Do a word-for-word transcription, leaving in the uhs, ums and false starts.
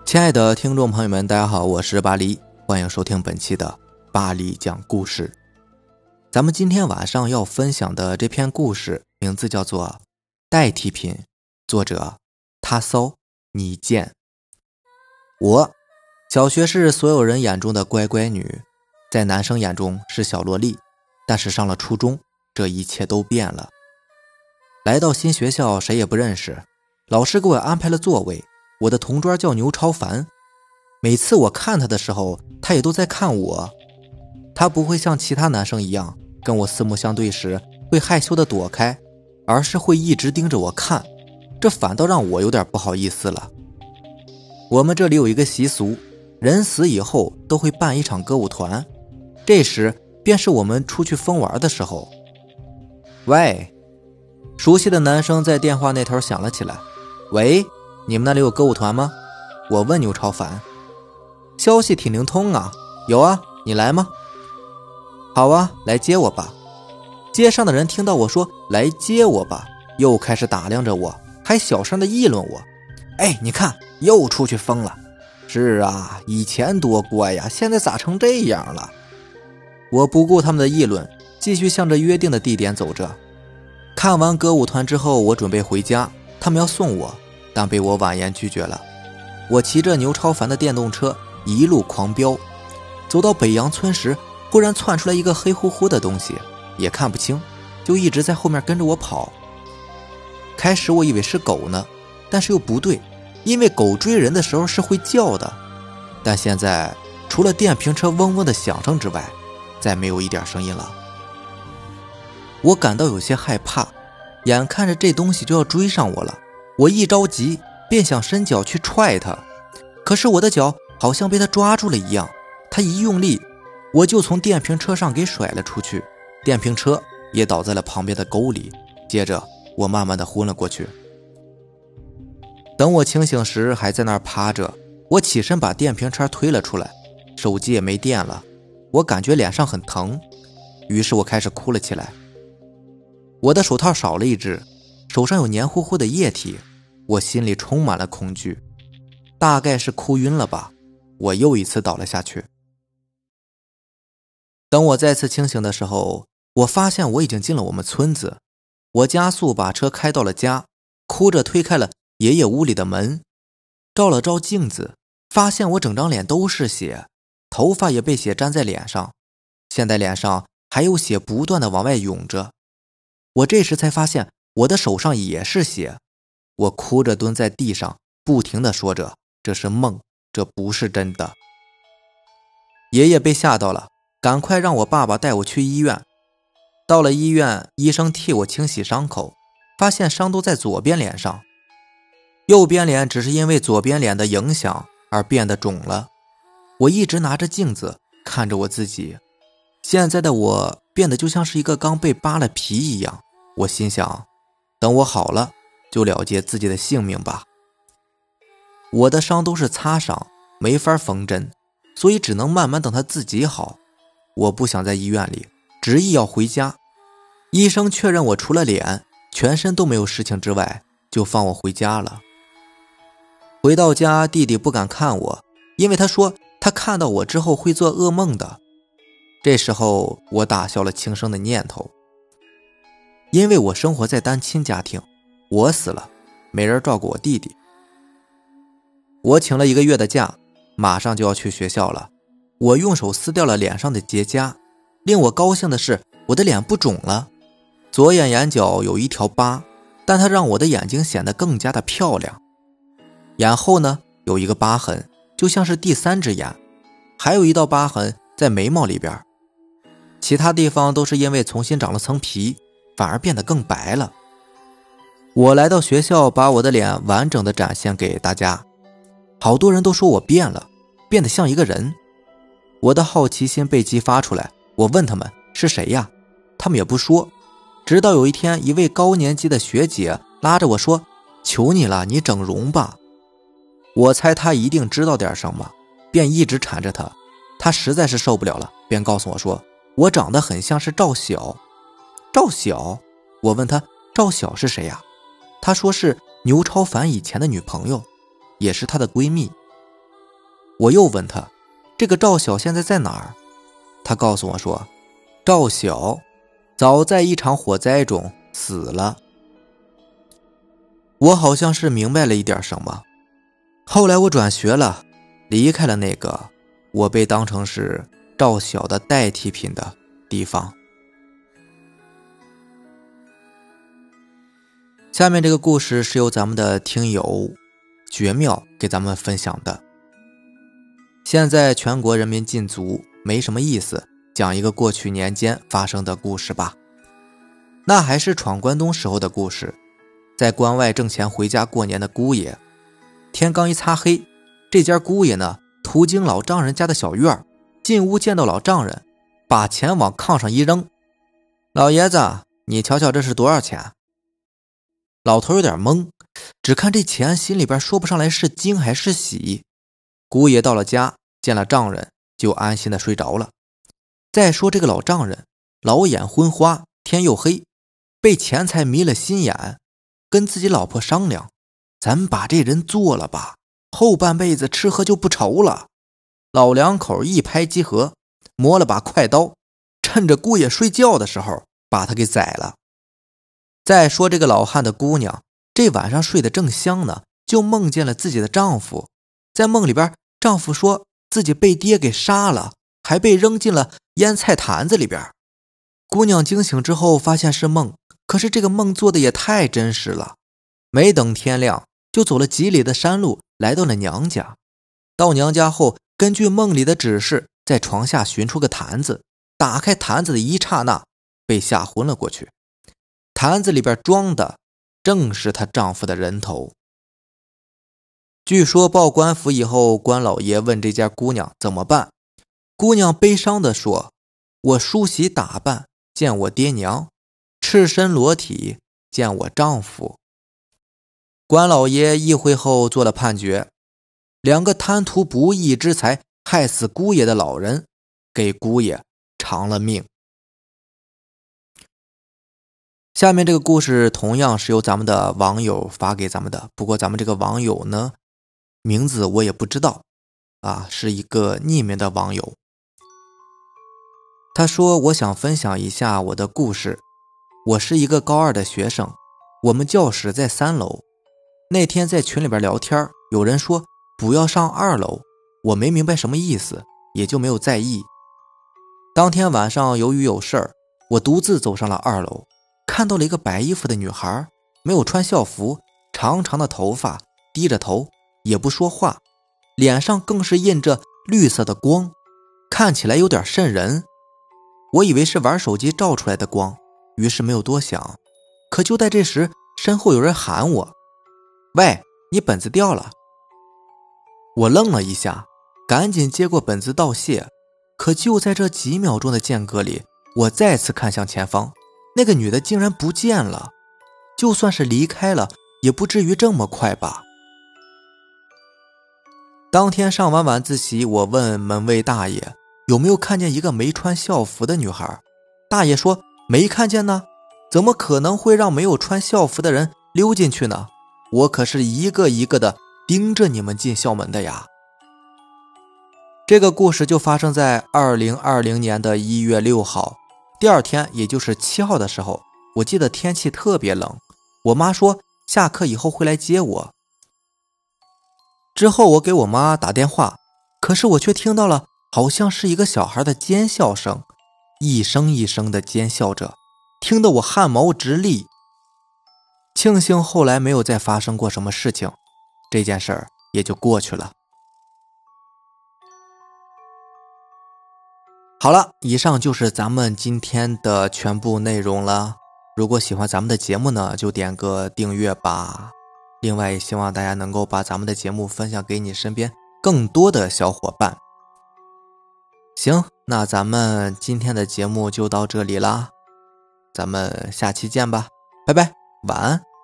亲爱的听众朋友们，大家好，我是巴黎，欢迎收听本期的巴黎讲故事。咱们今天晚上要分享的这篇故事名字叫做《代替品》，作者他骚你见。我小学是所有人眼中的乖乖女，在男生眼中是小萝莉，但是上了初中，这一切都变了。来到新学校，谁也不认识，老师给我安排了座位，我的同桌叫牛超凡，每次我看他的时候，他也都在看我。他不会像其他男生一样跟我四目相对时会害羞地躲开，而是会一直盯着我看，这反倒让我有点不好意思了。我们这里有一个习俗，人死以后都会办一场歌舞团，这时便是我们出去疯玩的时候。喂，熟悉的男生在电话那头响了起来。喂，你们那里有歌舞团吗？我问牛超凡。消息挺灵通啊。有啊，你来吗？好啊，来接我吧。街上的人听到我说来接我吧，又开始打量着我，还小声地议论我。哎，你看，又出去疯了。是啊，以前多乖呀，现在咋成这样了？我不顾他们的议论，继续向着约定的地点走着。看完歌舞团之后，我准备回家，他们要送我，但被我婉言拒绝了。我骑着牛超凡的电动车一路狂飙，走到北洋村时，忽然窜出来一个黑乎乎的东西，也看不清，就一直在后面跟着我跑。开始我以为是狗呢，但是又不对，因为狗追人的时候是会叫的，但现在除了电瓶车嗡嗡的响声之外，再没有一点声音了。我感到有些害怕，眼看着这东西就要追上我了，我一着急便想伸脚去踹它，可是我的脚好像被它抓住了一样，它一用力，我就从电瓶车上给甩了出去，电瓶车也倒在了旁边的沟里，接着我慢慢的昏了过去。等我清醒时还在那儿趴着，我起身把电瓶车推了出来，手机也没电了，我感觉脸上很疼，于是我开始哭了起来。我的手套少了一只，手上有黏糊糊的液体，我心里充满了恐惧，大概是哭晕了吧，我又一次倒了下去。等我再次清醒的时候，我发现我已经进了我们村子，我加速把车开到了家，哭着推开了爷爷屋里的门，照了照镜子，发现我整张脸都是血，头发也被血沾在脸上，现在脸上还有血不断的往外涌着。我这时才发现我的手上也是血，我哭着蹲在地上，不停地说着这是梦，这不是真的。爷爷被吓到了，赶快让我爸爸带我去医院。到了医院，医生替我清洗伤口，发现伤都在左边脸上，右边脸只是因为左边脸的影响而变得肿了。我一直拿着镜子看着我自己，现在的我变得就像是一个刚被扒了皮一样。我心想，等我好了就了结自己的性命吧。我的伤都是擦伤，没法缝针，所以只能慢慢等它自己好。我不想在医院里，执意要回家。医生确认我除了脸全身都没有事情之外，就放我回家了。回到家，弟弟不敢看我，因为他说他看到我之后会做噩梦的。这时候我打消了轻生的念头，因为我生活在单亲家庭，我死了没人照顾我弟弟。我请了一个月的假，马上就要去学校了。我用手撕掉了脸上的结痂，令我高兴的是我的脸不肿了，左眼眼角有一条疤，但它让我的眼睛显得更加的漂亮。眼后呢有一个疤痕，就像是第三只眼，还有一道疤痕在眉毛里边，其他地方都是因为重新长了层皮，反而变得更白了。我来到学校，把我的脸完整的展现给大家，好多人都说我变了，变得像一个人。我的好奇心被激发出来，我问他们是谁呀，他们也不说。直到有一天，一位高年级的学姐拉着我说，求你了，你整容吧。我猜她一定知道点什么，便一直缠着她。她实在是受不了了，便告诉我说我长得很像是赵晓。赵晓？我问她赵晓是谁呀？她说是牛超凡以前的女朋友，也是她的闺蜜。 我又问他，这个赵晓现在在哪儿？他告诉我说，赵晓早在一场火灾中死了。我好像是明白了一点什么。后来我转学了，离开了那个我被当成是赵晓的代替品的地方。下面这个故事是由咱们的听友绝妙给咱们分享的。现在全国人民禁足，没什么意思，讲一个过去年间发生的故事吧。那还是闯关东时候的故事。在关外挣钱回家过年的姑爷，天刚一擦黑，这家姑爷呢途经老丈人家的小院，进屋见到老丈人，把钱往炕上一扔，老爷子，你瞧瞧这是多少钱？老头有点懵，只看这钱心里边说不上来是惊还是喜。姑爷到了家，见了丈人，就安心的睡着了。再说这个老丈人，老眼昏花，天又黑，被钱财迷了心眼，跟自己老婆商量，咱把这人做了吧，后半辈子吃喝就不愁了。老两口一拍即合，磨了把快刀，趁着姑爷睡觉的时候把他给宰了。再说这个老汉的姑娘，这晚上睡得正香呢，就梦见了自己的丈夫。在梦里边，丈夫说自己被爹给杀了，还被扔进了腌菜坛子里边。姑娘惊醒之后发现是梦，可是这个梦做的也太真实了。没等天亮，就走了几里的山路，来到了娘家。到娘家后，根据梦里的指示，在床下寻出个坛子，打开坛子的一刹那，被吓昏了过去。坛子里边装的正是她丈夫的人头。据说报官府以后，官老爷问这家姑娘怎么办，姑娘悲伤地说，我梳洗打扮见我爹娘，赤身裸体见我丈夫。官老爷议会后做了判决，两个贪图不义之财害死姑爷的老人，给姑爷偿了命。下面这个故事同样是由咱们的网友发给咱们的，不过咱们这个网友呢，名字我也不知道啊，是一个匿名的网友。他说，我想分享一下我的故事。我是一个高二的学生，我们教室在三楼。那天在群里边聊天，有人说不要上二楼，我没明白什么意思，也就没有在意。当天晚上由于有事儿，我独自走上了二楼，看到了一个白衣服的女孩，没有穿校服，长长的头发，低着头，也不说话，脸上更是印着绿色的光，看起来有点瘆人。我以为是玩手机照出来的光，于是没有多想。可就在这时，身后有人喊我，喂，你本子掉了。我愣了一下，赶紧接过本子道谢。可就在这几秒钟的间隔里，我再次看向前方，那个女的竟然不见了。就算是离开了，也不至于这么快吧。当天上完晚自习，我问门卫大爷有没有看见一个没穿校服的女孩。大爷说没看见呢，怎么可能会让没有穿校服的人溜进去呢？我可是一个一个的盯着你们进校门的呀。这个故事就发生在二零二零年的一月六号，第二天也就是七号的时候，我记得天气特别冷，我妈说下课以后会来接我。之后我给我妈打电话，可是我却听到了好像是一个小孩的尖笑声，一声一声的尖笑着，听得我汗毛直立。庆幸后来没有再发生过什么事情，这件事儿也就过去了。好了，以上就是咱们今天的全部内容了。如果喜欢咱们的节目呢，就点个订阅吧。另外也希望大家能够把咱们的节目分享给你身边更多的小伙伴。行，那咱们今天的节目就到这里啦，咱们下期见吧，拜拜，晚安。